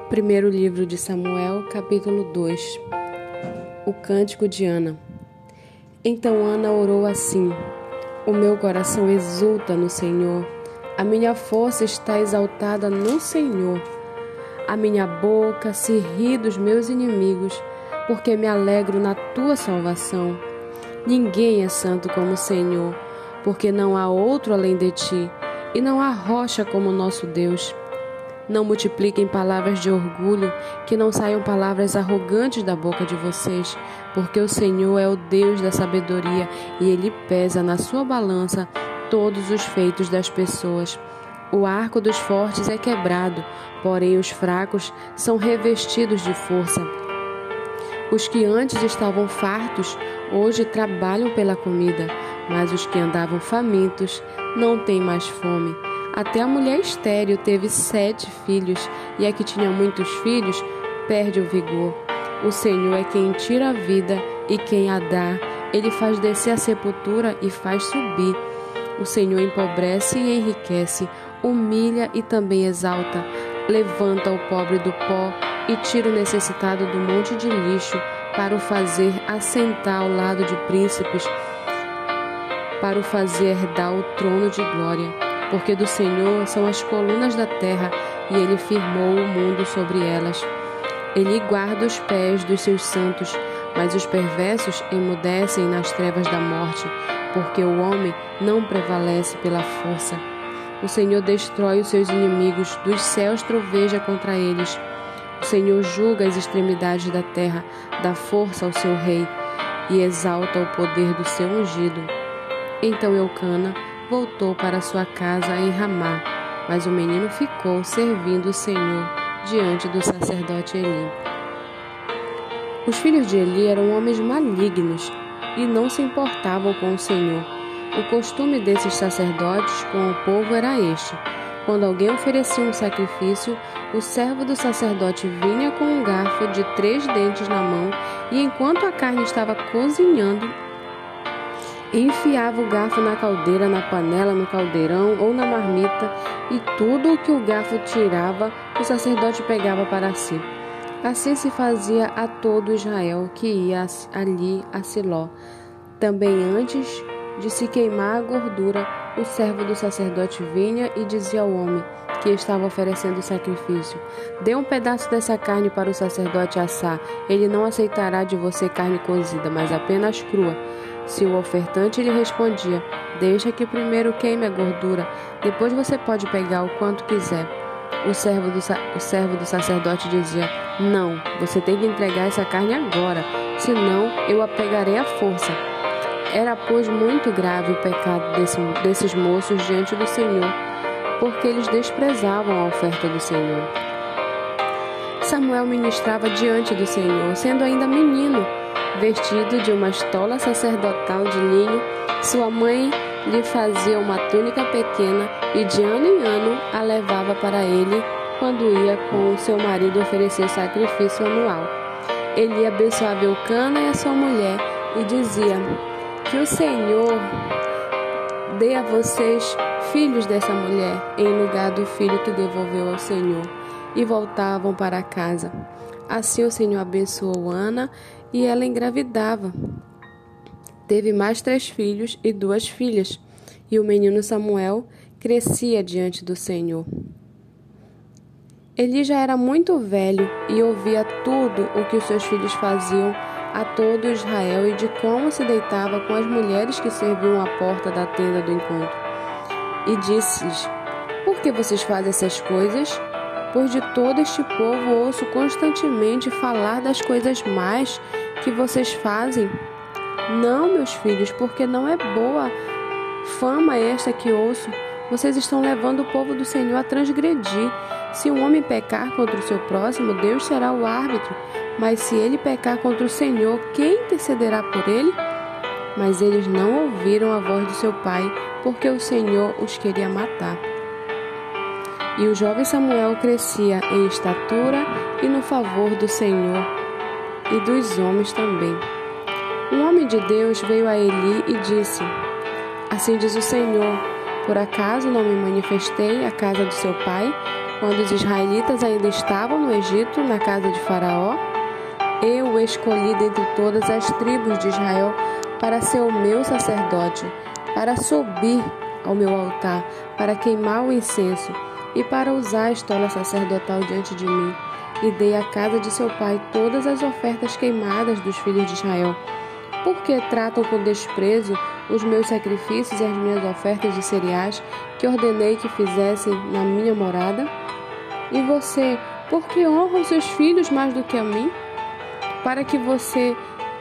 Primeiro livro de Samuel, capítulo 2. O cântico de Ana. Então Ana orou assim: O meu coração exulta no Senhor, a minha força está exaltada no Senhor. A minha boca se ri dos meus inimigos, porque me alegro na tua salvação. Ninguém é santo como o Senhor, porque não há outro além de ti, e não há rocha como nosso Deus. Não multipliquem palavras de orgulho, que não saiam palavras arrogantes da boca de vocês, porque o Senhor é o Deus da sabedoria e Ele pesa na sua balança todos os feitos das pessoas. O arco dos fortes é quebrado, porém os fracos são revestidos de força. Os que antes estavam fartos, hoje trabalham pela comida, mas os que andavam famintos não têm mais fome. Até a mulher estéril teve 7 filhos, e a que tinha muitos filhos perde o vigor. O Senhor é quem tira a vida e quem a dá. Ele faz descer a sepultura e faz subir. O Senhor empobrece e enriquece, humilha e também exalta. Levanta o pobre do pó e tira o necessitado do monte de lixo, para o fazer assentar ao lado de príncipes, para o fazer herdar o trono de glória. Porque do Senhor são as colunas da terra, e Ele firmou o mundo sobre elas. Ele guarda os pés dos seus santos, mas os perversos emudecem nas trevas da morte, porque o homem não prevalece pela força. O Senhor destrói os seus inimigos, dos céus troveja contra eles. O Senhor julga as extremidades da terra, dá força ao seu rei, e exalta o poder do seu ungido. Então Eucana voltou para sua casa em Ramá, mas o menino ficou servindo o Senhor diante do sacerdote Eli. Os filhos de Eli eram homens malignos e não se importavam com o Senhor. O costume desses sacerdotes com o povo era este: quando alguém oferecia um sacrifício, o servo do sacerdote vinha com um garfo de 3 dentes na mão e, enquanto a carne estava cozinhando, enfiava o garfo na caldeira, na panela, no caldeirão ou na marmita, e tudo o que o garfo tirava, o sacerdote pegava para si. Assim se fazia a todo Israel que ia ali a Siló. Também antes de se queimar a gordura, o servo do sacerdote vinha e dizia ao homem que estava oferecendo o sacrifício: Dê um pedaço dessa carne para o sacerdote assar. Ele não aceitará de você carne cozida, mas apenas crua. Se o ofertante lhe respondia: Deixa que primeiro queime a gordura, depois você pode pegar o quanto quiser. O servo do sacerdote dizia: Não, você tem que entregar essa carne agora, senão eu a pegarei à força. Era, pois, muito grave o pecado desses moços diante do Senhor, porque eles desprezavam a oferta do Senhor. Samuel ministrava diante do Senhor, sendo ainda menino. Vestido de uma estola sacerdotal de linho, sua mãe lhe fazia uma túnica pequena e de ano em ano a levava para ele quando ia com o seu marido oferecer sacrifício anual. Ele abençoava Eucana e a sua mulher e dizia: Que o Senhor dê a vocês filhos dessa mulher, em lugar do filho que devolveu ao Senhor. E voltavam para casa. Assim o Senhor abençoou Ana e ela engravidava. Teve mais 3 filhos e 2 filhas, e o menino Samuel crescia diante do Senhor. Eli já era muito velho e ouvia tudo o que os seus filhos faziam a todo Israel e de como se deitava com as mulheres que serviam à porta da tenda do encontro. E disse-lhes: Por que vocês fazem essas coisas? Pois de todo este povo ouço constantemente falar das coisas más que vocês fazem. Não, meus filhos, porque não é boa fama esta que ouço. Vocês estão levando o povo do Senhor a transgredir. Se um homem pecar contra o seu próximo, Deus será o árbitro. Mas se ele pecar contra o Senhor, quem intercederá por ele? Mas eles não ouviram a voz do seu pai, porque o Senhor os queria matar. E o jovem Samuel crescia em estatura e no favor do Senhor e dos homens também. Um homem de Deus veio a Eli e disse: Assim diz o Senhor: Por acaso não me manifestei à casa do seu pai, quando os israelitas ainda estavam no Egito, na casa de Faraó? Eu o escolhi dentre todas as tribos de Israel para ser o meu sacerdote, para subir ao meu altar, para queimar o incenso e para usar a estola sacerdotal diante de mim. E dei à casa de seu pai todas as ofertas queimadas dos filhos de Israel. Por que tratam com desprezo os meus sacrifícios e as minhas ofertas de cereais que ordenei que fizessem na minha morada? E você, por que honra os seus filhos mais do que a mim? Para que você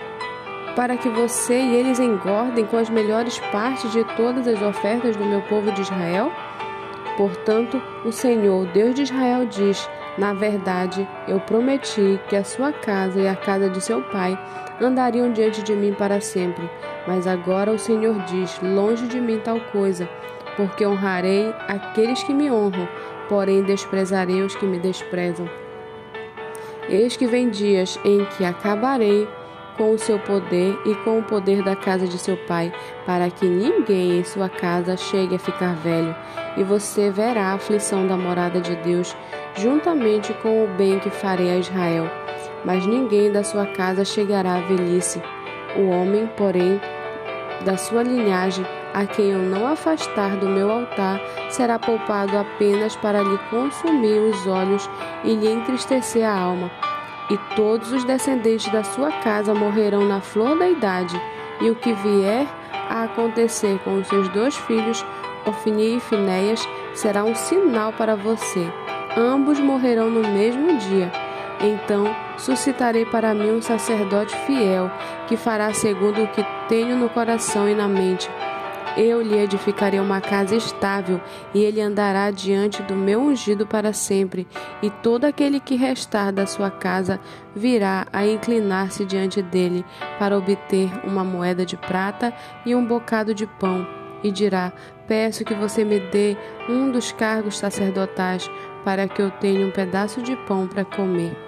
e eles engordem com as melhores partes de todas as ofertas do meu povo de Israel? Portanto, o Senhor, Deus de Israel, diz: na verdade, eu prometi que a sua casa e a casa de seu pai andariam diante de mim para sempre. Mas agora o Senhor diz: longe de mim tal coisa, porque honrarei aqueles que me honram, porém desprezarei os que me desprezam. Eis que vem dias em que acabarei com o seu poder e com o poder da casa de seu pai, para que ninguém em sua casa chegue a ficar velho, e você verá a aflição da morada de Deus, juntamente com o bem que farei a Israel. Mas ninguém da sua casa chegará à velhice. O homem, porém, da sua linhagem, a quem eu não afastar do meu altar, será poupado apenas para lhe consumir os olhos e lhe entristecer a alma. E todos os descendentes da sua casa morrerão na flor da idade, e o que vier a acontecer com os seus 2 filhos, Ofni e Finéias, será um sinal para você. Ambos morrerão no mesmo dia. Então suscitarei para mim um sacerdote fiel, que fará segundo o que tenho no coração e na mente. Eu lhe edificarei uma casa estável, e ele andará diante do meu ungido para sempre, e todo aquele que restar da sua casa virá a inclinar-se diante dele, para obter uma moeda de prata e um bocado de pão, e dirá: peço que você me dê um dos cargos sacerdotais, para que eu tenha um pedaço de pão para comer.